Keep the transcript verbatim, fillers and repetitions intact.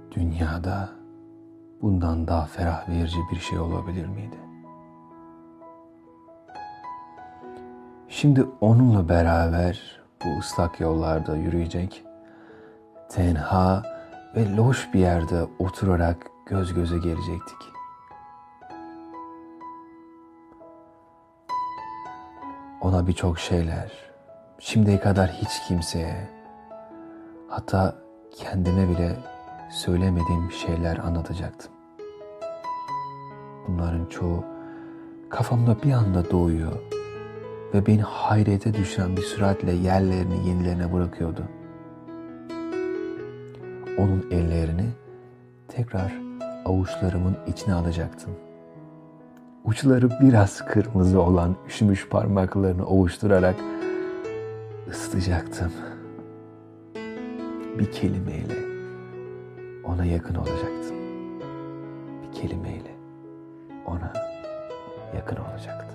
Dünyada bundan daha ferah verici bir şey olabilir miydi? Şimdi onunla beraber bu ıslak yollarda yürüyecek, tenha ve loş bir yerde oturarak göz göze gelecektik. Ona birçok şeyler, şimdiye kadar hiç kimseye, hatta kendime bile söylemediğim şeyler anlatacaktım. Bunların çoğu kafamda bir anda doğuyor ve beni hayrete düşen bir süratle yerlerini yenilerine bırakıyordu. Onun ellerini tekrar avuçlarımın içine alacaktım. Uçları biraz kırmızı olan üşümüş parmaklarını ovuşturarak ısıtacaktım. Bir kelimeyle ona yakın olacaktım. Bir kelimeyle ona yakın olacaktım.